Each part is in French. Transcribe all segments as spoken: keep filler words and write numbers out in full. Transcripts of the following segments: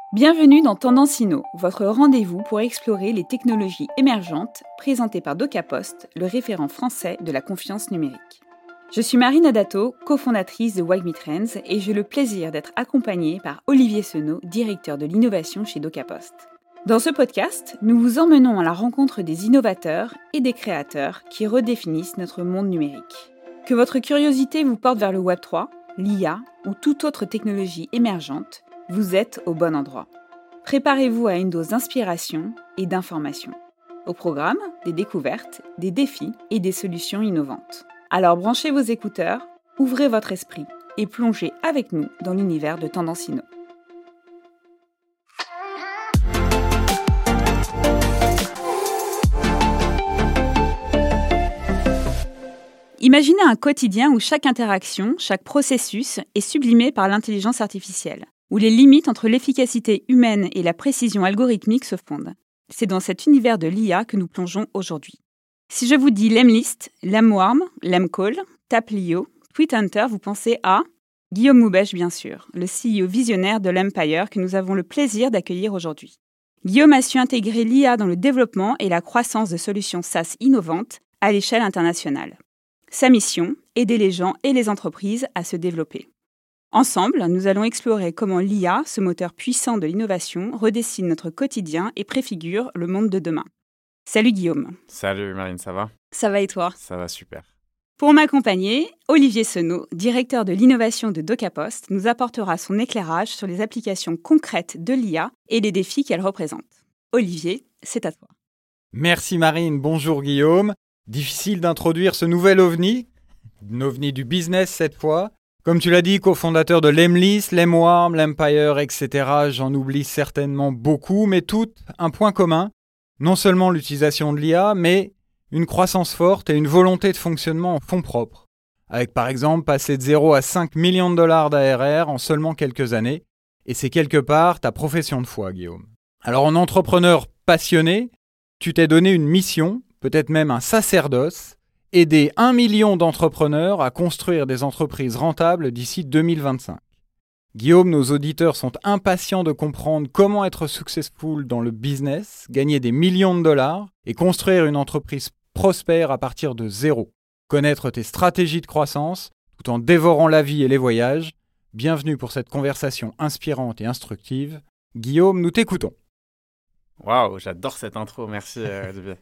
Bienvenue dans Tendance Inno, votre rendez-vous pour explorer les technologies émergentes présentées par DocaPost, le référent français de la confiance numérique. Je suis Marine Adato, cofondatrice de WAGMI Trends et j'ai le plaisir d'être accompagnée par Olivier Senot, directeur de l'innovation chez DocaPost. Dans ce podcast, nous vous emmenons à la rencontre des innovateurs et des créateurs qui redéfinissent notre monde numérique. Que votre curiosité vous porte vers le Web trois, l'I A ou toute autre technologie émergente, vous êtes au bon endroit. Préparez-vous à une dose d'inspiration et d'information. Au programme, des découvertes, des défis et des solutions innovantes. Alors branchez vos écouteurs, ouvrez votre esprit et plongez avec nous dans l'univers de Tendance Inno. Imaginez un quotidien où chaque interaction, chaque processus est sublimé par l'intelligence artificielle, où les limites entre l'efficacité humaine et la précision algorithmique se fondent. C'est dans cet univers de l'I A que nous plongeons aujourd'hui. Si je vous dis Lemlist, Lemwarm, Lemcall, Taplio, TweetHunter, vous pensez à Guillaume Moubèche, bien sûr, le C E O visionnaire de l'Empire que nous avons le plaisir d'accueillir aujourd'hui. Guillaume a su intégrer l'I A dans le développement et la croissance de solutions SaaS innovantes à l'échelle internationale. Sa mission, aider les gens et les entreprises à se développer. Ensemble, nous allons explorer comment l'I A, ce moteur puissant de l'innovation, redessine notre quotidien et préfigure le monde de demain. Salut Guillaume. Salut Marine, ça va ? Ça va et toi ? Ça va super. Pour m'accompagner, Olivier Senot, directeur de l'innovation de DocaPost, nous apportera son éclairage sur les applications concrètes de l'I A et les défis qu'elle représente. Olivier, c'est à toi. Merci Marine, bonjour Guillaume. Difficile d'introduire ce nouvel ovni, un ovni du business cette fois. Comme tu l'as dit, cofondateur de Lemlist, Lemwarm, l'Empire, et cetera. J'en oublie certainement beaucoup, mais toutes un point commun. Non seulement l'utilisation de l'I A, mais une croissance forte et une volonté de fonctionnement en fonds propres. Avec par exemple passer de zéro à cinq millions de dollars d'A R R en seulement quelques années. Et c'est quelque part ta profession de foi, Guillaume. Alors en entrepreneur passionné, tu t'es donné une mission, peut-être même un sacerdoce, aider un million d'entrepreneurs à construire des entreprises rentables d'ici deux mille vingt-cinq. Guillaume, nos auditeurs sont impatients de comprendre comment être successful dans le business, gagner des millions de dollars et construire une entreprise prospère à partir de zéro. Connaître tes stratégies de croissance tout en dévorant la vie et les voyages. Bienvenue pour cette conversation inspirante et instructive. Guillaume, nous t'écoutons. Waouh, j'adore cette intro, merci euh, Olivier.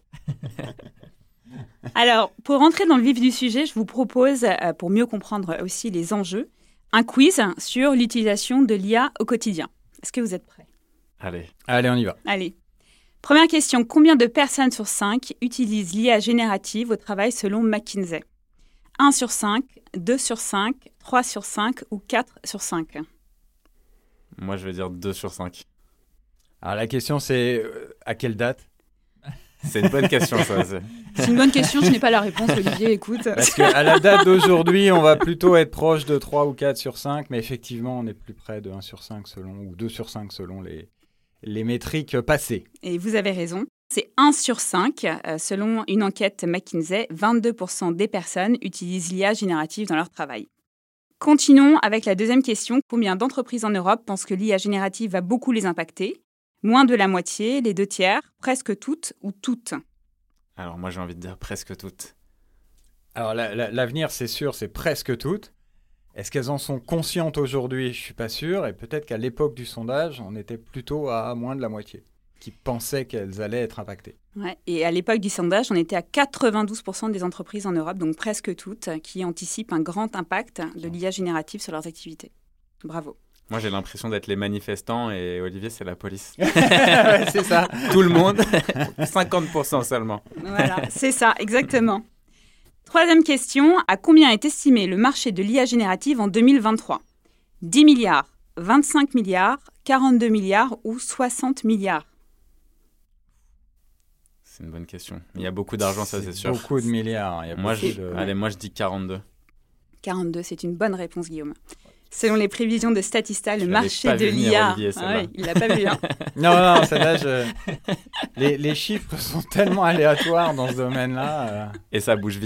Alors, pour rentrer dans le vif du sujet, je vous propose, euh, pour mieux comprendre aussi les enjeux, un quiz sur l'utilisation de l'I A au quotidien. Est-ce que vous êtes prêts ? Allez. Allez, on y va. Allez. Première question, combien de personnes sur cinq utilisent l'I A générative au travail selon McKinsey ? un sur cinq, deux sur cinq, trois sur cinq ou quatre sur cinq ? Moi, je vais dire deux sur cinq. Alors la question c'est, euh, à quelle date ? C'est une bonne question ça. C'est... c'est une bonne question, je n'ai pas la réponse Olivier, écoute. Parce qu'à la date d'aujourd'hui, on va plutôt être proche de trois ou quatre sur cinq, mais effectivement on est plus près de un sur cinq selon, ou deux sur cinq selon les, les métriques passées. Et vous avez raison, c'est un sur cinq. Euh, selon une enquête McKinsey, vingt-deux pour cent des personnes utilisent l'I A générative dans leur travail. Continuons avec la deuxième question. Combien d'entreprises en Europe pensent que l'I A générative va beaucoup les impacter ? Moins de la moitié, les deux tiers, presque toutes ou toutes ? Alors moi j'ai envie de dire presque toutes. Alors la, la, l'avenir c'est sûr, c'est presque toutes. Est-ce qu'elles en sont conscientes aujourd'hui ? Je ne suis pas sûr. Et peut-être qu'à l'époque du sondage, on était plutôt à moins de la moitié qui pensaient qu'elles allaient être impactées. Ouais, et à l'époque du sondage, on était à quatre-vingt-douze pour cent des entreprises en Europe, donc presque toutes, qui anticipent un grand impact de l'I A générative sur leurs activités. Bravo. Moi, j'ai l'impression d'être les manifestants et Olivier, c'est la police. Ouais, c'est ça. Tout le monde, cinquante pour cent seulement. Voilà, c'est ça, exactement. Troisième question, à combien est estimé le marché de l'I A générative en deux mille vingt-trois ? dix milliards, vingt-cinq milliards, quarante-deux milliards ou soixante milliards ? C'est une bonne question. Il y a beaucoup d'argent, ça, c'est, c'est sûr. Beaucoup de milliards. Il y a moi, beaucoup je, de... allez, moi, je dis quarante-deux. quarante-deux, c'est une bonne réponse, Guillaume. Selon les prévisions de Statista, le marché de venir, l'I A... Olivier, ah oui, il l'a pas vu. Hein. non, non, celle-là, je... les, les chiffres sont tellement aléatoires dans ce domaine-là. Euh... Et ça bouge vite.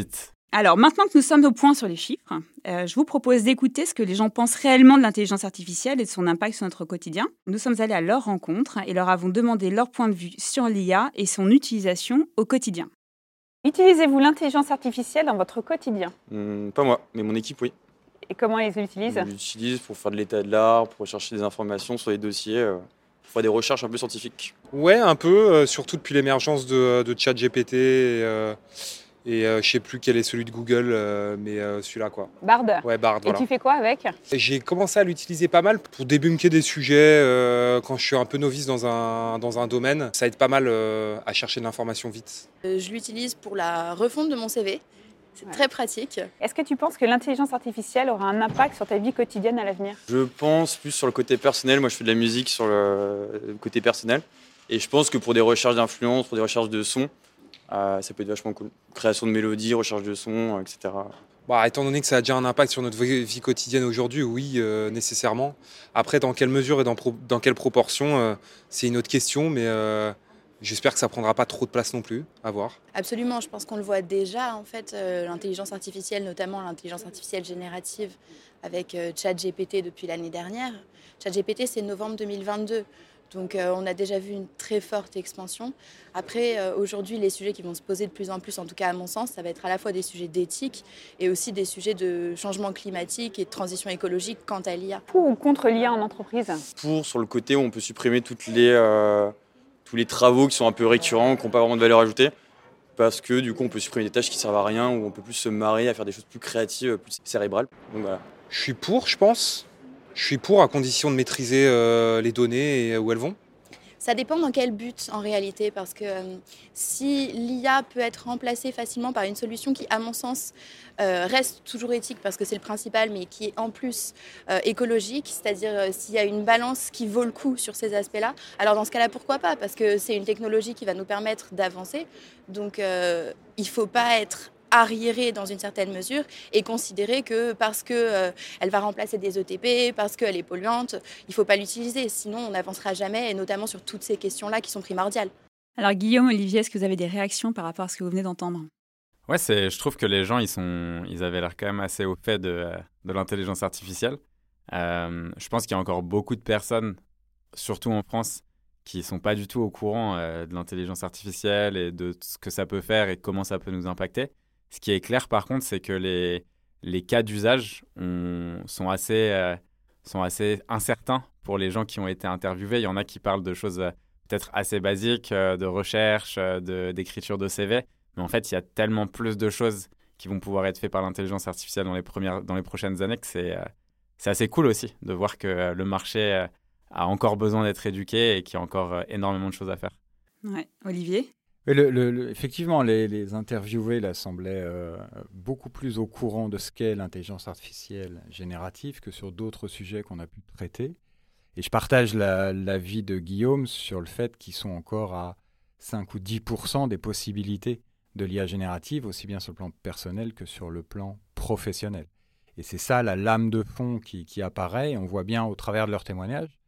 Alors, maintenant que nous sommes au point sur les chiffres, euh, je vous propose d'écouter ce que les gens pensent réellement de l'intelligence artificielle et de son impact sur notre quotidien. Nous sommes allés à leur rencontre et leur avons demandé leur point de vue sur l'I A et son utilisation au quotidien. Utilisez-vous l'intelligence artificielle dans votre quotidien ? Hum, Pas moi, mais mon équipe, oui. Et comment ils l'utilisent ? On l'utilise pour faire de l'état de l'art, pour rechercher des informations sur les dossiers, euh, pour faire des recherches un peu scientifiques. Ouais, un peu, euh, surtout depuis l'émergence de, de ChatGPT et, euh, et euh, je sais plus quel est celui de Google, euh, mais euh, celui-là quoi. Bard. Ouais, Bard, Et voilà. tu fais quoi avec ? J'ai commencé à l'utiliser pas mal pour débunker des sujets euh, quand je suis un peu novice dans un, dans un domaine. Ça aide pas mal euh, à chercher de l'information vite. Euh, je l'utilise pour la refonte de mon C V. C'est Ouais. très pratique. Est-ce que tu penses que l'intelligence artificielle aura un impact sur ta vie quotidienne à l'avenir ? Je pense plus sur le côté personnel. Moi, je fais de la musique sur le côté personnel. Et je pense que pour des recherches d'influence, pour des recherches de son, euh, ça peut être vachement cool. Création de mélodies, recherche de son, et cetera. Bah, étant donné que ça a déjà un impact sur notre vie vie quotidienne aujourd'hui, oui, euh, nécessairement. Après, dans quelle mesure et dans, pro- dans quelle proportion, euh, c'est une autre question, mais euh, j'espère que ça prendra pas trop de place non plus, à voir. Absolument, je pense qu'on le voit déjà, en fait, euh, l'intelligence artificielle, notamment l'intelligence artificielle générative avec euh, ChatGPT depuis l'année dernière. ChatGPT, c'est novembre deux mille vingt-deux. Donc euh, on a déjà vu une très forte expansion. Après, euh, aujourd'hui, les sujets qui vont se poser de plus en plus, en tout cas à mon sens, ça va être à la fois des sujets d'éthique et aussi des sujets de changement climatique et de transition écologique quant à l'I A. Pour ou contre l'I A en entreprise ? Pour, sur le côté où on peut supprimer toutes les, euh, tous les travaux qui sont un peu récurrents, qui n'ont pas vraiment de valeur ajoutée. Parce que du coup, on peut supprimer des tâches qui servent à rien, où on peut plus se marrer à faire des choses plus créatives, plus cérébrales. Donc voilà. Je suis pour, je pense. Je suis pour à condition de maîtriser euh, les données et où elles vont. Ça dépend dans quel but en réalité, parce que euh, si l'I A peut être remplacée facilement par une solution qui, à mon sens, euh, reste toujours éthique parce que c'est le principal, mais qui est en plus euh, écologique, c'est-à-dire euh, s'il y a une balance qui vaut le coup sur ces aspects-là, alors dans ce cas-là, pourquoi pas ? Parce que c'est une technologie qui va nous permettre d'avancer, donc euh, il ne faut pas être arriérée dans une certaine mesure et considérer que parce qu'elle euh, va remplacer des E T P, parce qu'elle est polluante, il ne faut pas l'utiliser. Sinon, on n'avancera jamais, et notamment sur toutes ces questions-là qui sont primordiales. Alors Guillaume, Olivier, est-ce que vous avez des réactions par rapport à ce que vous venez d'entendre ? Ouais, c'est, je trouve que les gens, ils, sont, ils avaient l'air quand même assez au fait de, de l'intelligence artificielle. Euh, je pense qu'il y a encore beaucoup de personnes, surtout en France, qui ne sont pas du tout au courant euh, de l'intelligence artificielle et de ce que ça peut faire et comment ça peut nous impacter. Ce qui est clair, par contre, c'est que les, les cas d'usage ont, sont, assez, euh, sont assez incertains pour les gens qui ont été interviewés. Il y en a qui parlent de choses euh, peut-être assez basiques, euh, de recherche, euh, de, d'écriture de C V. Mais en fait, il y a tellement plus de choses qui vont pouvoir être faites par l'intelligence artificielle dans les, premières, dans les prochaines années que c'est, euh, c'est assez cool aussi de voir que euh, le marché euh, a encore besoin d'être éduqué et qu'il y a encore euh, énormément de choses à faire. Ouais. Olivier ? Et le, le, le, effectivement, les, les interviewés là, semblaient euh, beaucoup plus au courant de ce qu'est l'intelligence artificielle générative que sur d'autres sujets qu'on a pu traiter. Et je partage la, l'avis de Guillaume sur le fait qu'ils sont encore à cinq ou dix pour cent des possibilités de l'I A générative, aussi bien sur le plan personnel que sur le plan professionnel. Et c'est ça la lame de fond qui, qui apparaît, et on voit bien au travers de leurs témoignages,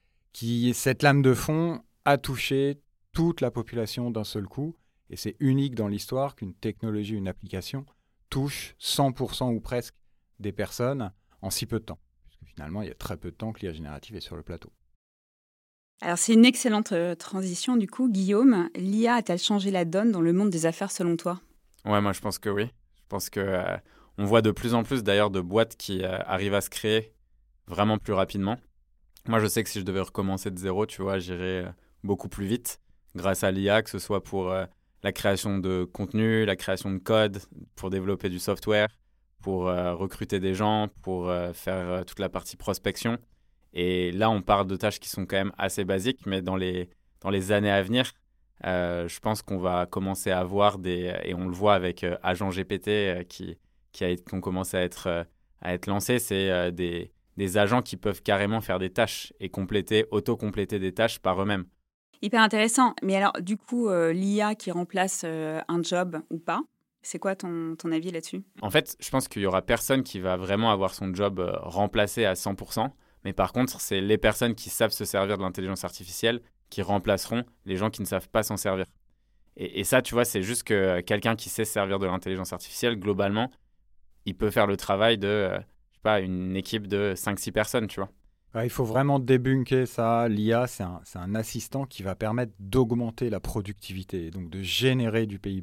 qui, cette lame de fond a touché toute la population d'un seul coup, et c'est unique dans l'histoire qu'une technologie, une application, touche cent pour cent ou presque des personnes en si peu de temps. Puisque finalement, il y a très peu de temps que l'I A générative est sur le plateau. Alors c'est une excellente euh, transition du coup. Guillaume, l'I A a-t-elle changé la donne dans le monde des affaires selon toi ? Ouais, moi je pense que oui. Je pense que euh, on voit de plus en plus d'ailleurs de boîtes qui euh, arrivent à se créer vraiment plus rapidement. Moi je sais que si je devais recommencer de zéro, tu vois, j'irais euh, beaucoup plus vite grâce à l'I A, que ce soit pour euh, la création de contenu, la création de code, pour développer du software, pour euh, recruter des gens, pour euh, faire euh, toute la partie prospection. Et là, on parle de tâches qui sont quand même assez basiques, mais dans les, dans les années à venir, euh, je pense qu'on va commencer à voir des... Et on le voit avec euh, Agent G P T euh, qui, qui, a, qui ont commencé à être, euh, à être lancés. C'est euh, des, des agents qui peuvent carrément faire des tâches et compléter, auto-compléter des tâches par eux-mêmes. Hyper intéressant. Mais alors, du coup, euh, l'I A qui remplace euh, un job ou pas, c'est quoi ton, ton avis là-dessus ? En fait, je pense qu'il n'y aura personne qui va vraiment avoir son job euh, remplacé à cent pour cent. Mais par contre, c'est les personnes qui savent se servir de l'intelligence artificielle qui remplaceront les gens qui ne savent pas s'en servir. Et, et ça, tu vois, c'est juste que quelqu'un qui sait se servir de l'intelligence artificielle, globalement, il peut faire le travail de, euh, je sais pas, une équipe de cinq six personnes, tu vois. Ouais, il faut vraiment débunker ça. L'I A, c'est un, c'est un assistant qui va permettre d'augmenter la productivité et donc de générer du P I B,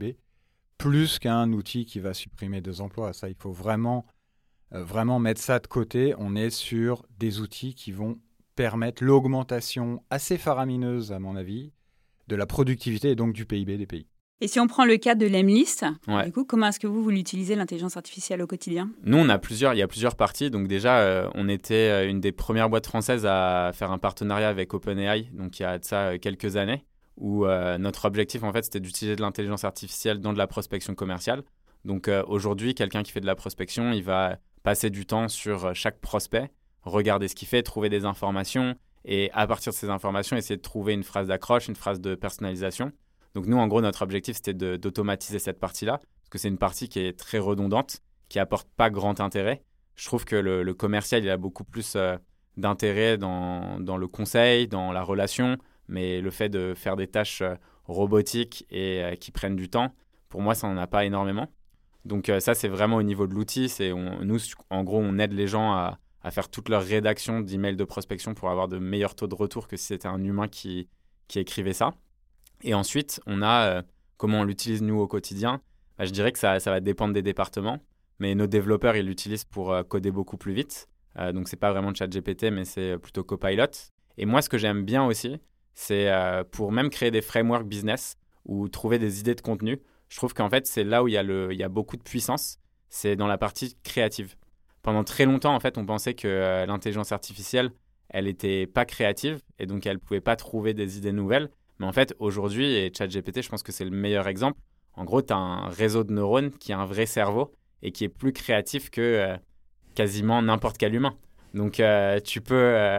plus qu'un outil qui va supprimer des emplois. Ça, il faut vraiment, euh, vraiment mettre ça de côté. On est sur des outils qui vont permettre l'augmentation assez faramineuse, à mon avis, de la productivité et donc du P I B des pays. Et si on prend le cas de l'Emlist, Ouais. du coup, comment est-ce que vous, vous l'utilisez, l'intelligence artificielle, au quotidien ? Nous, on a plusieurs, il y a plusieurs parties. Donc déjà, euh, on était euh, une des premières boîtes françaises à faire un partenariat avec OpenAI, donc il y a de ça euh, quelques années, où euh, notre objectif, en fait, c'était d'utiliser de l'intelligence artificielle dans de la prospection commerciale. Donc euh, aujourd'hui, quelqu'un qui fait de la prospection, il va passer du temps sur chaque prospect, regarder ce qu'il fait, trouver des informations, et à partir de ces informations, essayer de trouver une phrase d'accroche, une phrase de personnalisation. Donc nous, en gros, notre objectif, c'était de, d'automatiser cette partie-là, parce que c'est une partie qui est très redondante, qui apporte pas grand intérêt. Je trouve que le, le commercial, il a beaucoup plus euh, d'intérêt dans, dans le conseil, dans la relation, mais le fait de faire des tâches euh, robotiques et euh, qui prennent du temps, pour moi, ça n'en a pas énormément. Donc euh, ça, c'est vraiment au niveau de l'outil. C'est on, nous, en gros, on aide les gens à, à faire toute leur rédaction d'emails de prospection pour avoir de meilleurs taux de retour que si c'était un humain qui, qui écrivait ça. Et ensuite, on a euh, comment on l'utilise nous au quotidien. Bah, je dirais que ça, ça va dépendre des départements, mais nos développeurs, ils l'utilisent pour euh, coder beaucoup plus vite. Euh, donc, c'est pas vraiment ChatGPT, mais c'est plutôt Copilot. Et moi, ce que j'aime bien aussi, c'est euh, pour même créer des frameworks business ou trouver des idées de contenu. Je trouve qu'en fait, c'est là où il y a, le, il y a beaucoup de puissance. C'est dans la partie créative. Pendant très longtemps, en fait, on pensait que euh, l'intelligence artificielle, elle n'était pas créative et donc elle pouvait pas trouver des idées nouvelles. Mais en fait, aujourd'hui, et ChatGPT, je pense que c'est le meilleur exemple. En gros, tu as un réseau de neurones qui a un vrai cerveau et qui est plus créatif que euh, quasiment n'importe quel humain. Donc, euh, tu peux... Euh...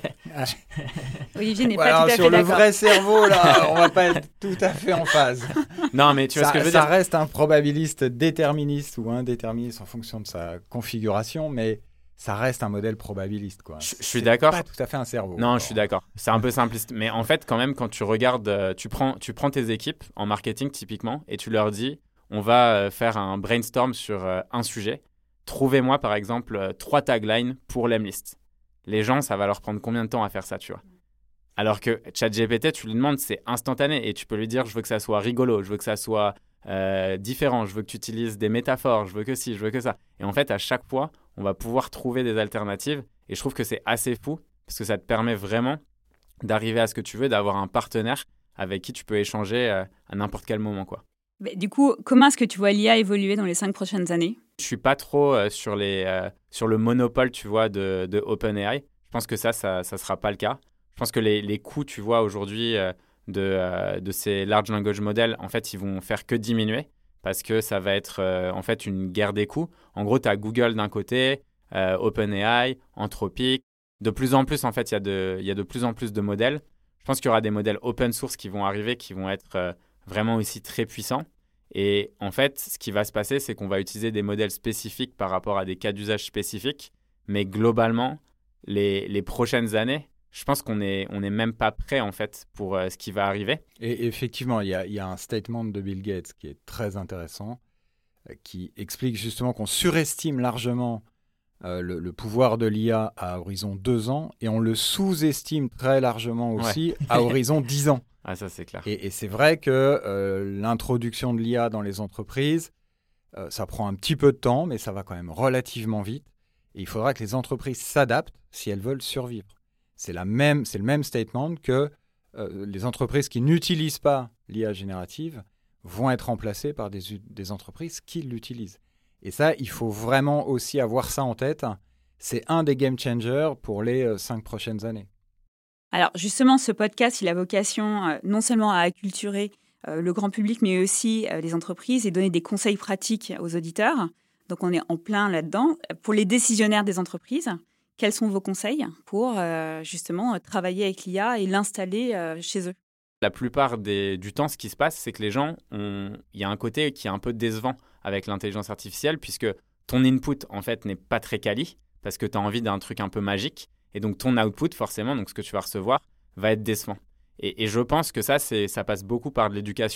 Olivier n'est Ouais, pas alors, tout à sur fait le d'accord. vrai cerveau, là, on va pas être tout à fait en phase. non, mais tu vois ça, ce que je veux ça dire. reste un probabiliste déterministe ou indéterministe en fonction de sa configuration, mais ça reste un modèle probabiliste, quoi. Je, je suis C'est d'accord. pas tout à fait un cerveau. Non, encore. je suis d'accord. C'est un peu simpliste. Mais en fait, quand même, quand tu regardes, euh, tu prends, tu prends tes équipes en marketing typiquement et tu leur dis, on va euh, faire un brainstorm sur euh, un sujet. Trouvez-moi, par exemple, euh, trois taglines pour l'Emlist. Les gens, ça va leur prendre combien de temps à faire ça, tu vois ? Alors que ChatGPT, tu lui demandes, c'est instantané et tu peux lui dire, je veux que ça soit rigolo, je veux que ça soit euh, différent, je veux que tu utilises des métaphores, je veux que ci, je veux que ça. Et en fait, à chaque fois, on va pouvoir trouver des alternatives. Et je trouve que c'est assez fou parce que ça te permet vraiment d'arriver à ce que tu veux, d'avoir un partenaire avec qui tu peux échanger euh, à n'importe quel moment, quoi. Mais du coup, comment est-ce que tu vois l'I A évoluer dans les cinq prochaines années ? Je suis pas trop euh, sur, les, euh, sur le monopole, tu vois, de, de OpenAI. Je pense que ça, ça ne sera pas le cas. Je pense que les, les coûts, tu vois, aujourd'hui, euh, de, euh, de ces large language models, en fait, ils vont faire que diminuer parce que ça va être, euh, en fait, une guerre des coûts. En gros, tu as Google d'un côté, euh, OpenAI, Anthropic. De plus en plus, en fait, il y a de, il y a de plus en plus de modèles. Je pense qu'il y aura des modèles open source qui vont arriver, qui vont être euh, vraiment aussi très puissants. Et en fait, ce qui va se passer, c'est qu'on va utiliser des modèles spécifiques par rapport à des cas d'usage spécifiques. Mais globalement, les, les prochaines années, je pense qu'on n'est on est même pas prêt, en fait, pour euh, ce qui va arriver. Et effectivement, il y a, il y a un statement de Bill Gates qui est très intéressant, euh, qui explique justement qu'on surestime largement euh, le, le pouvoir de l'I A à horizon deux ans et on le sous-estime très largement aussi Ouais. à horizon dix ans. Ah, ça, c'est clair. Et, et c'est vrai que euh, l'introduction de l'I A dans les entreprises, euh, ça prend un petit peu de temps, mais ça va quand même relativement vite. Et il faudra que les entreprises s'adaptent si elles veulent survivre. C'est, la même, c'est le même statement que euh, les entreprises qui n'utilisent pas l'I A générative vont être remplacées par des, des entreprises qui l'utilisent. Et ça, il faut vraiment aussi avoir ça en tête. C'est un des game changers pour les euh, cinq prochaines années. Alors justement, ce podcast, il a vocation euh, non seulement à acculturer euh, le grand public, mais aussi euh, les entreprises et donner des conseils pratiques aux auditeurs. Donc on est en plein là-dedans. Pour les décisionnaires des entreprises, quels sont vos conseils pour euh, justement euh, travailler avec l'I A et l'installer euh, chez eux ? La plupart des, du temps, ce qui se passe, c'est que les gens ont... Il y a un côté qui est un peu décevant avec l'intelligence artificielle, puisque ton input, en fait, n'est pas très quali, parce que tu as envie d'un truc un peu magique. Et donc, ton output, forcément, donc ce que tu vas recevoir, va être décevant. Et, et je pense que ça, c'est, ça passe beaucoup par de l'éducation.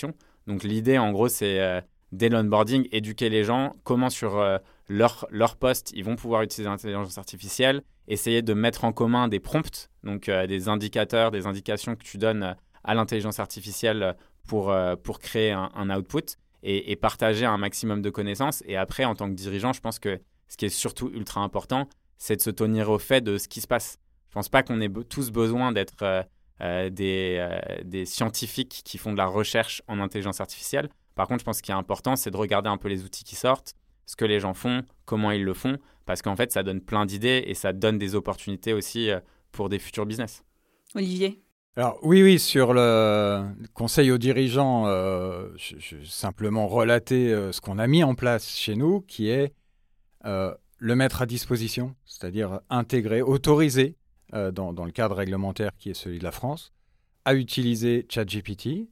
Donc l'idée, en gros, c'est euh, dès l'onboarding, éduquer les gens, comment sur euh, leur, leur poste, ils vont pouvoir utiliser l'intelligence artificielle, essayer de mettre en commun des prompts, donc euh, des indicateurs, des indications que tu donnes à l'intelligence artificielle pour, euh, pour créer un, un output et, et partager un maximum de connaissances. Et après, en tant que dirigeant, je pense que ce qui est surtout ultra important, c'est de se tenir au fait de ce qui se passe. Je ne pense pas qu'on ait be- tous besoin d'être euh, euh, des, euh, des scientifiques qui font de la recherche en intelligence artificielle. Par contre, je pense qu'il est important, c'est de regarder un peu les outils qui sortent, ce que les gens font, comment ils le font, parce qu'en fait, ça donne plein d'idées et ça donne des opportunités aussi euh, pour des futurs business. Olivier? Alors oui, oui, sur le conseil aux dirigeants, euh, je, je simplement relater euh, ce qu'on a mis en place chez nous, qui est euh, le mettre à disposition, c'est-à-dire intégrer, autoriser, euh, dans, dans le cadre réglementaire qui est celui de la France, à utiliser ChatGPT,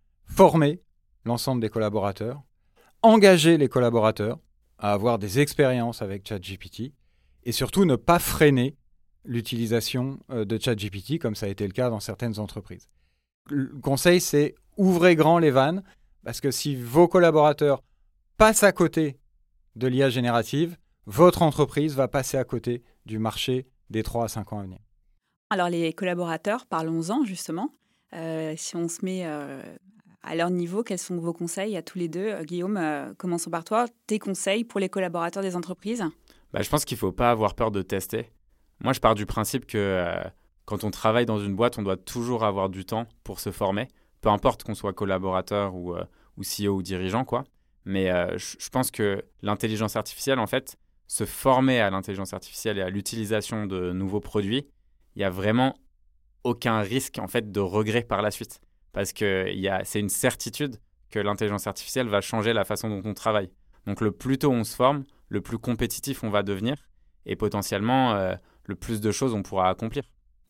former l'ensemble des collaborateurs, engager les collaborateurs à avoir des expériences avec ChatGPT et surtout ne pas freiner l'utilisation de ChatGPT, comme ça a été le cas dans certaines entreprises. Le conseil, c'est ouvrez grand les vannes, parce que si vos collaborateurs passent à côté de l'I A générative, votre entreprise va passer à côté du marché des trois à cinq ans à venir. Alors les collaborateurs, parlons-en justement. Euh, si on se met euh, à leur niveau, quels sont vos conseils à tous les deux? euh, Guillaume, euh, commençons par toi. Tes conseils pour les collaborateurs des entreprises? Bah, je pense qu'il ne faut pas avoir peur de tester. Moi, je pars du principe que euh, quand on travaille dans une boîte, on doit toujours avoir du temps pour se former, peu importe qu'on soit collaborateur ou, euh, ou C E O ou dirigeant, quoi. Mais euh, je, je pense que l'intelligence artificielle, en fait, se former à l'intelligence artificielle et à l'utilisation de nouveaux produits, il n'y a vraiment aucun risque, en fait, de regret par la suite. Parce que y a, c'est une certitude que l'intelligence artificielle va changer la façon dont on travaille. Donc, le plus tôt on se forme, le plus compétitif on va devenir et potentiellement... Euh, le plus de choses on pourra accomplir.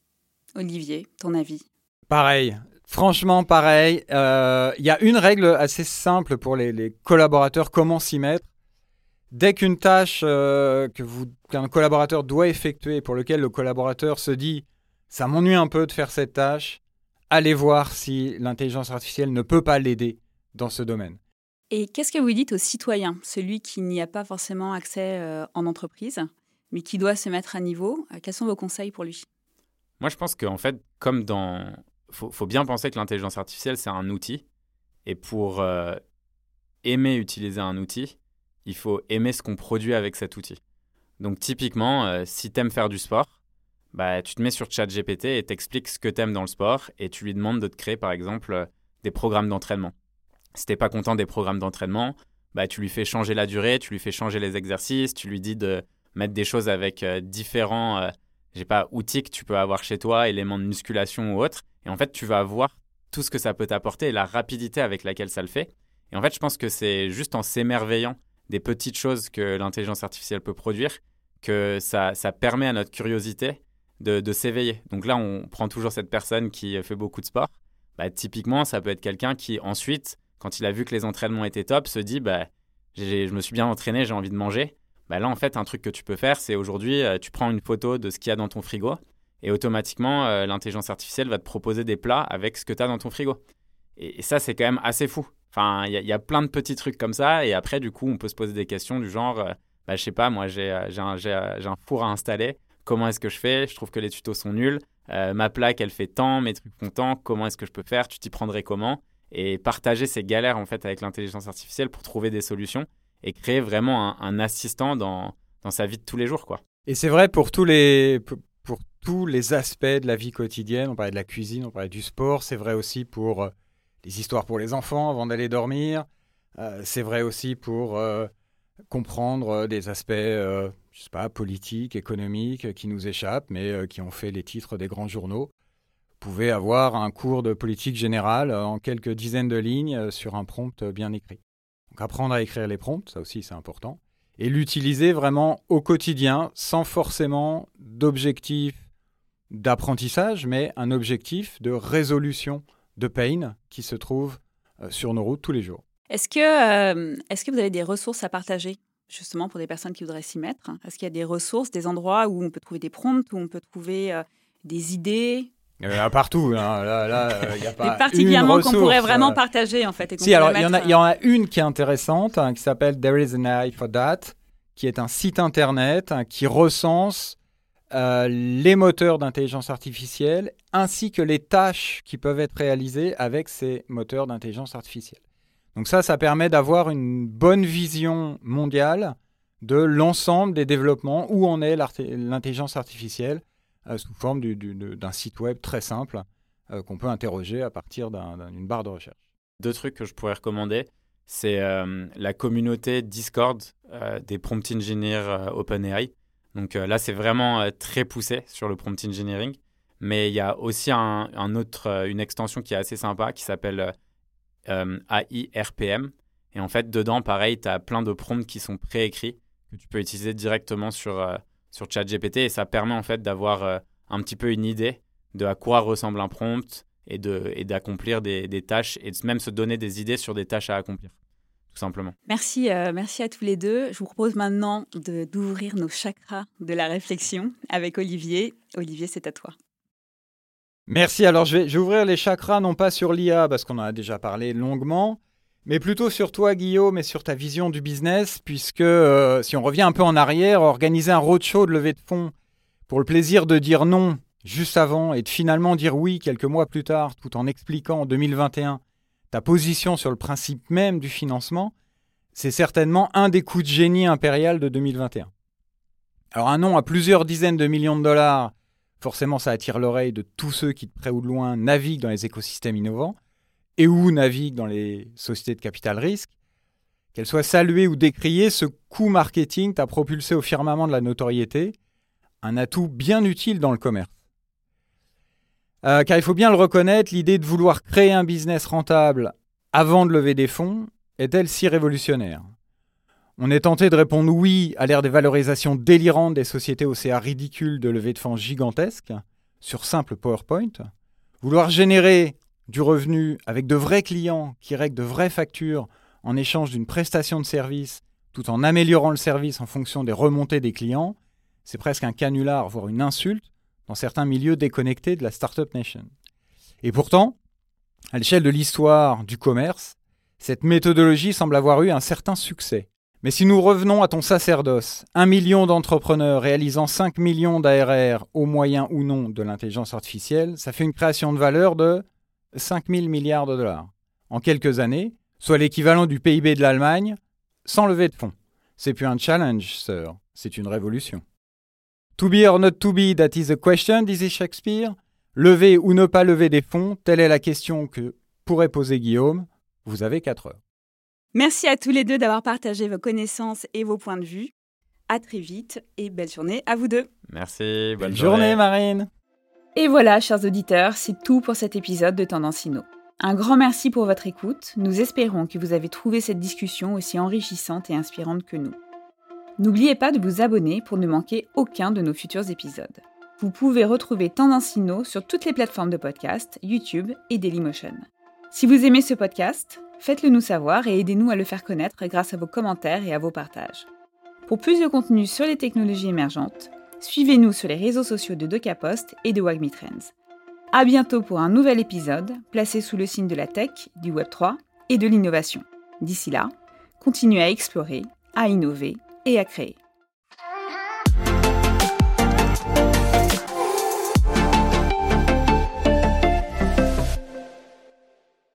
Olivier, ton avis? Pareil, franchement pareil. Il euh, y a une règle assez simple pour les, les collaborateurs, comment s'y mettre. Dès qu'une tâche euh, que vous, qu'un collaborateur doit effectuer, pour lequel le collaborateur se dit « ça m'ennuie un peu de faire cette tâche », allez voir si l'intelligence artificielle ne peut pas l'aider dans ce domaine. Et qu'est-ce que vous dites aux citoyens, celui qui n'y a pas forcément accès euh, en entreprise, mais qui doit se mettre à niveau? Quels sont vos conseils pour lui? Moi, je pense qu'en fait, comme dans... Il faut, faut bien penser que l'intelligence artificielle, c'est un outil. Et pour euh, aimer utiliser un outil, il faut aimer ce qu'on produit avec cet outil. Donc, typiquement, euh, si tu aimes faire du sport, bah, tu te mets sur ChatGPT et t'expliques ce que tu aimes dans le sport et tu lui demandes de te créer, par exemple, euh, des programmes d'entraînement. Si tu n'es pas content des programmes d'entraînement, bah, tu lui fais changer la durée, tu lui fais changer les exercices, tu lui dis de... mettre des choses avec euh, différents euh, j'ai pas, outils que tu peux avoir chez toi, éléments de musculation ou autres. Et en fait, tu vas voir tout ce que ça peut t'apporter et la rapidité avec laquelle ça le fait. Et en fait, je pense que c'est juste en s'émerveillant des petites choses que l'intelligence artificielle peut produire que ça, ça permet à notre curiosité de, de s'éveiller. Donc là, on prend toujours cette personne qui fait beaucoup de sport. Bah, typiquement, ça peut être quelqu'un qui, ensuite, quand il a vu que les entraînements étaient top, se dit bah, j'ai, je me suis bien entraîné, j'ai envie de manger. Bah là, en fait, un truc que tu peux faire, c'est aujourd'hui, euh, tu prends une photo de ce qu'il y a dans ton frigo et automatiquement, euh, l'intelligence artificielle va te proposer des plats avec ce que tu as dans ton frigo. Et, et ça, c'est quand même assez fou. Enfin, il y, y a plein de petits trucs comme ça. Et après, du coup, on peut se poser des questions du genre, euh, bah, je sais pas, moi, j'ai, euh, j'ai, un, j'ai, euh, j'ai un four à installer. Comment est-ce que je fais? Je trouve que les tutos sont nuls. Euh, ma plaque, elle fait tant, mes trucs font tant. Comment est-ce que je peux faire? Tu t'y prendrais comment? Et partager ces galères, en fait, avec l'intelligence artificielle pour trouver des solutions et créer vraiment un, un assistant dans, dans sa vie de tous les jours, quoi. Et c'est vrai pour tous les, pour, pour tous les aspects de la vie quotidienne. On parlait de la cuisine, on parlait du sport. C'est vrai aussi pour euh, les histoires pour les enfants avant d'aller dormir. Euh, c'est vrai aussi pour euh, comprendre euh, des aspects, euh, je sais pas, politiques, économiques, euh, qui nous échappent, mais euh, qui ont fait les titres des grands journaux. Vous pouvez avoir un cours de politique générale euh, en quelques dizaines de lignes euh, sur un prompt bien écrit. Donc apprendre à écrire les prompts, ça aussi c'est important, et l'utiliser vraiment au quotidien sans forcément d'objectif d'apprentissage, mais un objectif de résolution de pain qui se trouve euh, sur nos routes tous les jours. Est-ce que, euh, est-ce que vous avez des ressources à partager justement pour des personnes qui voudraient s'y mettre? Est-ce qu'il y a des ressources, des endroits où on peut trouver des prompts, où on peut trouver euh, des idées? Il y en a partout. Hein. Là, là, il y a pas Et particulièrement une qu'on ressource, pourrait vraiment euh... partager en fait. Et qu'on si, alors il y, mettre... en a, il y en a une qui est intéressante, hein, qui s'appelle There is an A I for that, qui est un site internet hein, qui recense euh, les moteurs d'intelligence artificielle ainsi que les tâches qui peuvent être réalisées avec ces moteurs d'intelligence artificielle. Donc ça, ça permet d'avoir une bonne vision mondiale de l'ensemble des développements, où en est l'intelligence artificielle, euh, sous forme du, du, d'un site web très simple euh, qu'on peut interroger à partir d'un, d'une barre de recherche. Deux trucs que je pourrais recommander, c'est euh, la communauté Discord euh, des prompt engineers euh, OpenAI. Donc euh, là, c'est vraiment euh, très poussé sur le prompt engineering. Mais il y a aussi un, un autre, euh, une extension qui est assez sympa qui s'appelle euh, A I R P M. Et en fait, dedans, pareil, tu as plein de prompts qui sont préécrits que tu peux utiliser directement sur, euh, sur ChatGPT. Et ça permet en fait d'avoir euh, un petit peu une idée de à quoi ressemble un prompt et, de, et d'accomplir des, des tâches et de même se donner des idées sur des tâches à accomplir, tout simplement. Merci, euh, merci à tous les deux. Je vous propose maintenant de, d'ouvrir nos chakras de la réflexion avec Olivier. Olivier, c'est à toi. Merci. Alors, je vais, je vais ouvrir les chakras, non pas sur l'I A, parce qu'on en a déjà parlé longuement, mais plutôt sur toi, Guillaume, et sur ta vision du business, puisque euh, si on revient un peu en arrière, organiser un roadshow de levée de fonds pour le plaisir de dire non juste avant et de finalement dire oui quelques mois plus tard, tout en expliquant en deux mille vingt et un ta position sur le principe même du financement, c'est certainement un des coups de génie impérial de deux mille vingt et un. Alors un nom à plusieurs dizaines de millions de dollars, forcément ça attire l'oreille de tous ceux qui de près ou de loin naviguent dans les écosystèmes innovants et ou naviguent dans les sociétés de capital risque. Qu'elle soit saluée ou décriée, ce coup marketing t'a propulsé au firmament de la notoriété, un atout bien utile dans le commerce. Euh, car il faut bien le reconnaître, l'idée de vouloir créer un business rentable avant de lever des fonds est-elle si révolutionnaire ? On est tenté de répondre oui à l'ère des valorisations délirantes des sociétés au C A ridicule de levée de fonds gigantesques sur simple PowerPoint. Vouloir générer du revenu avec de vrais clients qui règlent de vraies factures en échange d'une prestation de service tout en améliorant le service en fonction des remontées des clients, c'est presque un canular, voire une insulte, dans certains milieux déconnectés de la Startup Nation. Et pourtant, à l'échelle de l'histoire du commerce, cette méthodologie semble avoir eu un certain succès. Mais si nous revenons à ton sacerdoce, un million d'entrepreneurs réalisant cinq millions d'A R R au moyen ou non de l'intelligence artificielle, ça fait une création de valeur de cinq mille milliards de dollars en quelques années, soit l'équivalent du P I B de l'Allemagne, sans lever de fonds. C'est plus un challenge, sir, c'est une révolution. To be or not to be, that is the question, disait Shakespeare. Lever ou ne pas lever des fonds, telle est la question que pourrait poser Guillaume. Vous avez quatre heures. Merci à tous les deux d'avoir partagé vos connaissances et vos points de vue. À très vite et belle journée à vous deux. Merci, bonne Belle journée. journée, Marine. Et voilà, chers auditeurs, c'est tout pour cet épisode de Tendance Inno. Un grand merci pour votre écoute. Nous espérons que vous avez trouvé cette discussion aussi enrichissante et inspirante que nous. N'oubliez pas de vous abonner pour ne manquer aucun de nos futurs épisodes. Vous pouvez retrouver Tendance Inno sur toutes les plateformes de podcast, YouTube et Dailymotion. Si vous aimez ce podcast, faites-le nous savoir et aidez-nous à le faire connaître grâce à vos commentaires et à vos partages. Pour plus de contenu sur les technologies émergentes, suivez-nous sur les réseaux sociaux de DocaPost et de Wagmi Trends. À bientôt pour un nouvel épisode, placé sous le signe de la tech, du web trois et de l'innovation. D'ici là, continuez à explorer, à innover et à créer.